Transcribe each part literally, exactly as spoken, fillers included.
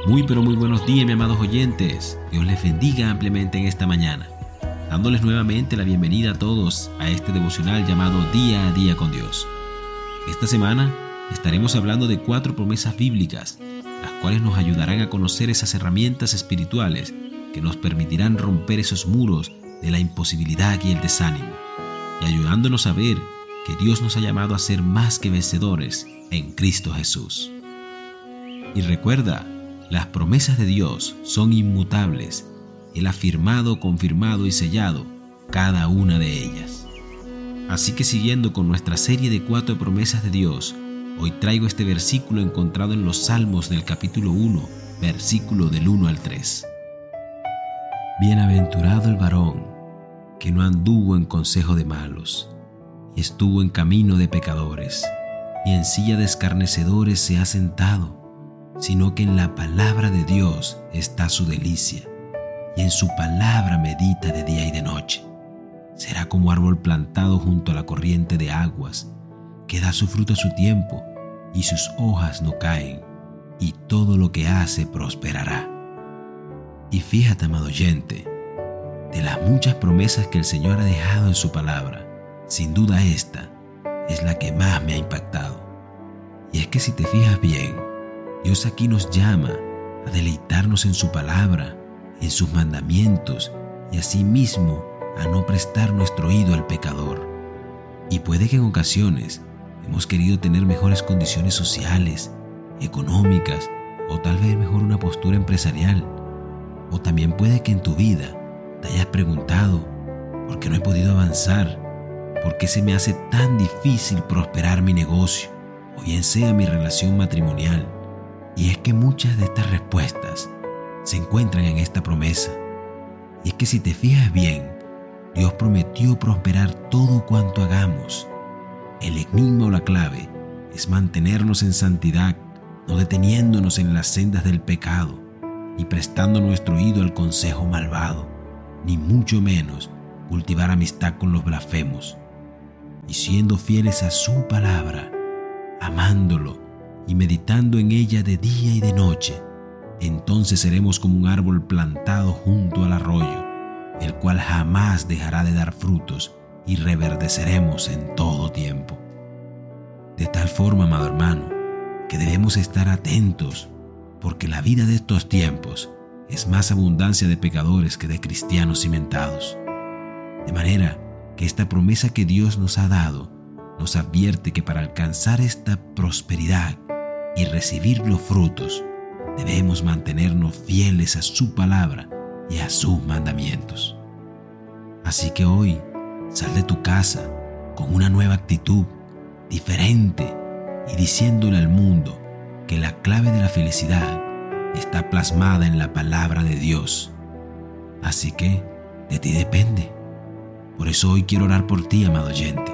Muy pero muy buenos días, mis amados oyentes. Dios les bendiga ampliamente en esta mañana, dándoles nuevamente la bienvenida a todos a este devocional llamado Día a Día con Dios. Esta semana estaremos hablando de cuatro promesas bíblicas, las cuales nos ayudarán a conocer esas herramientas espirituales que nos permitirán romper esos muros de la imposibilidad y el desánimo, y ayudándonos a ver que Dios nos ha llamado a ser más que vencedores en Cristo Jesús. Y recuerda, las promesas de Dios son inmutables. Él ha firmado, confirmado y sellado cada una de ellas. Así que siguiendo con nuestra serie de cuatro promesas de Dios, hoy traigo este versículo encontrado en los Salmos del capítulo uno, versículo del uno al tres. Bienaventurado el varón que no anduvo en consejo de malos, y estuvo en camino de pecadores, y en silla de escarnecedores se ha sentado, sino que en la palabra de Dios está su delicia, y en su palabra medita de día y de noche. Será como árbol plantado junto a la corriente de aguas, que da su fruto a su tiempo, y sus hojas no caen, y todo lo que hace prosperará. Y fíjate, amado oyente, de las muchas promesas que el Señor ha dejado en su palabra, sin duda esta es la que más me ha impactado. Y es que si te fijas bien, Dios aquí nos llama a deleitarnos en su palabra, en sus mandamientos, y asimismo a no prestar nuestro oído al pecador. Y puede que en ocasiones hemos querido tener mejores condiciones sociales, económicas, o tal vez mejor una postura empresarial. O también puede que en tu vida te hayas preguntado, ¿por qué no he podido avanzar? ¿Por qué se me hace tan difícil prosperar mi negocio? O bien sea mi relación matrimonial. Y es que muchas de estas respuestas se encuentran en esta promesa. Y es que si te fijas bien, Dios prometió prosperar todo cuanto hagamos. El enigma o la clave es mantenernos en santidad, no deteniéndonos en las sendas del pecado, ni prestando nuestro oído al consejo malvado, ni mucho menos cultivar amistad con los blasfemos, y siendo fieles a su palabra, amándolo y meditando en ella de día y de noche, entonces seremos como un árbol plantado junto al arroyo, el cual jamás dejará de dar frutos, y reverdeceremos en todo tiempo. De tal forma, amado hermano, que debemos estar atentos, porque la vida de estos tiempos es más abundancia de pecadores que de cristianos cimentados. De manera que esta promesa que Dios nos ha dado nos advierte que para alcanzar esta prosperidad y recibir los frutos, debemos mantenernos fieles a su palabra y a sus mandamientos. Así que hoy, sal de tu casa con una nueva actitud, diferente, y diciéndole al mundo que la clave de la felicidad está plasmada en la palabra de Dios. Así que de ti depende. Por eso hoy quiero orar por ti, amado oyente.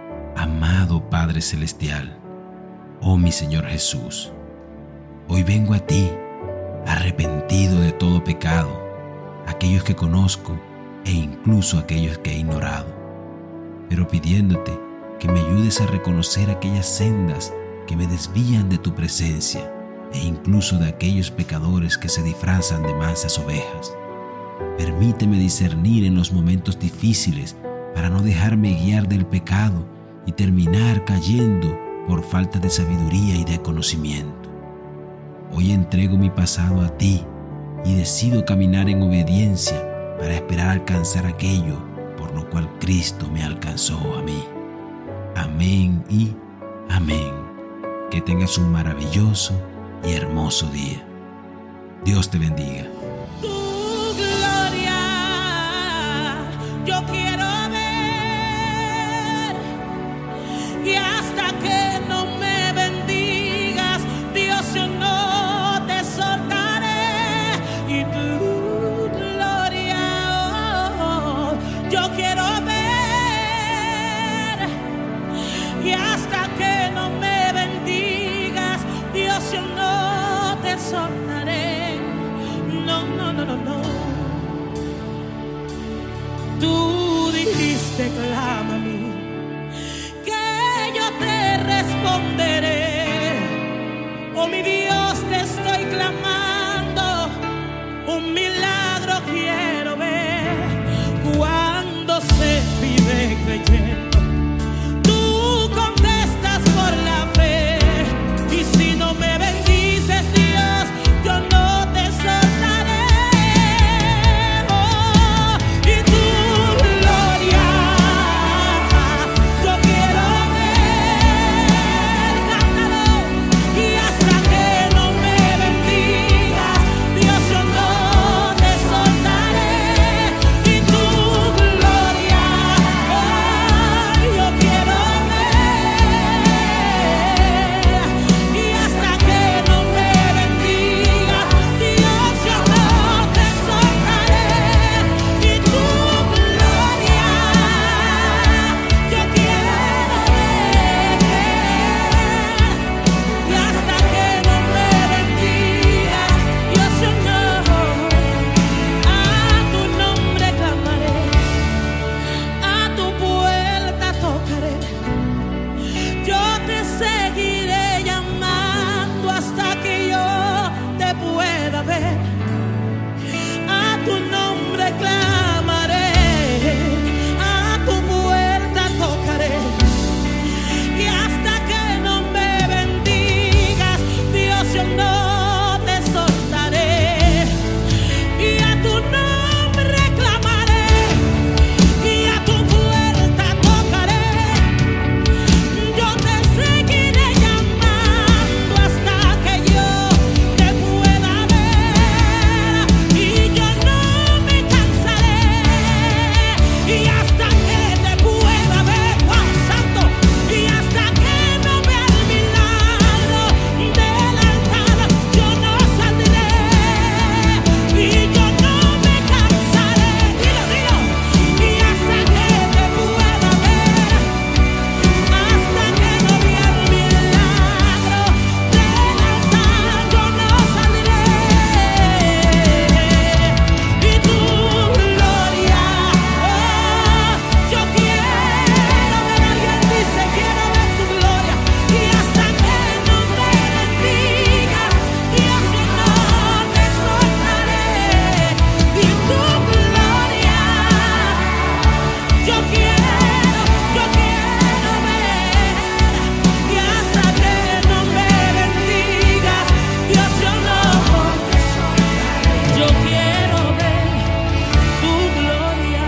Amado Padre Celestial, oh mi Señor Jesús, hoy vengo a ti, arrepentido de todo pecado, aquellos que conozco e incluso aquellos que he ignorado, pero pidiéndote que me ayudes a reconocer aquellas sendas que me desvían de tu presencia e incluso de aquellos pecadores que se disfrazan de mansas ovejas. Permíteme discernir en los momentos difíciles para no dejarme guiar del pecado y terminar cayendo por falta de sabiduría y de conocimiento. Hoy entrego mi pasado a ti y decido caminar en obediencia para esperar alcanzar aquello por lo cual Cristo me alcanzó a mí. Amén y amén. Que tengas un maravilloso y hermoso día. Dios te bendiga. Tu gloria yo quiero ver, y hasta que no me bendigas, Dios, yo no te soltaré. Y tu gloria oh, yo quiero ver, y hasta que no me bendigas, Dios, yo no te soltaré. No, no, no, no, no. Tú dijiste, clama a mí, que yo te responderé. Oh mi Dios, te estoy clamando. quiero ver cuando se vive creyendo. Tú contestas por la fe, y si no me bendices, Dios, yo no te soltaré. Oh, y tu gloria yo quiero ver, cántalo, y hasta que no me bendigas, Dios, yo no te soltaré. Y tu gloria, oh, yo quiero ver, y hasta que no me bendigas, Dios, yo no te soltaré. Y tu gloria yo quiero ver, y hasta que no me bendigas, Dios, yo no. A tu nombre clamaré, a tu puerta tocaré. Yo te seguiré llamando hasta que yo te pueda ver. A tu nombre clamaré, a tu puerta tocaré. Y hasta que no me bendigas, Dios, yo no te soltaré. Y a tu nombre clamaré, y a tu puerta tocaré. Yo te seguiré llamando hasta que yo te pueda ver. Y yo no me cansaré, y hasta que te pueda ver, ¡oh, santo! Y hasta que no vea el milagro del altar, yo no saldré. Y yo no me cansaré, dilo, dilo. Y hasta que te pueda ver, hasta que no vea el milagro del altar, yo no saldré. Y tu gloria, oh, yo quiero ver. Alguien dice, quiero ver tu gloria. Y hasta que no me bendigas, Dios, yo no te soltaré. Y tu gloria yo quiero, yo quiero ver. Y hasta que no me bendigas, Dios, yo no te soltaré. Yo quiero ver tu gloria.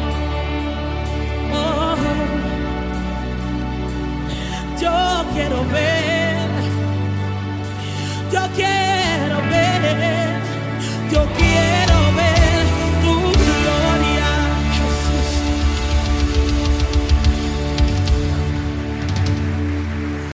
Oh, yo quiero ver, yo quiero ver, yo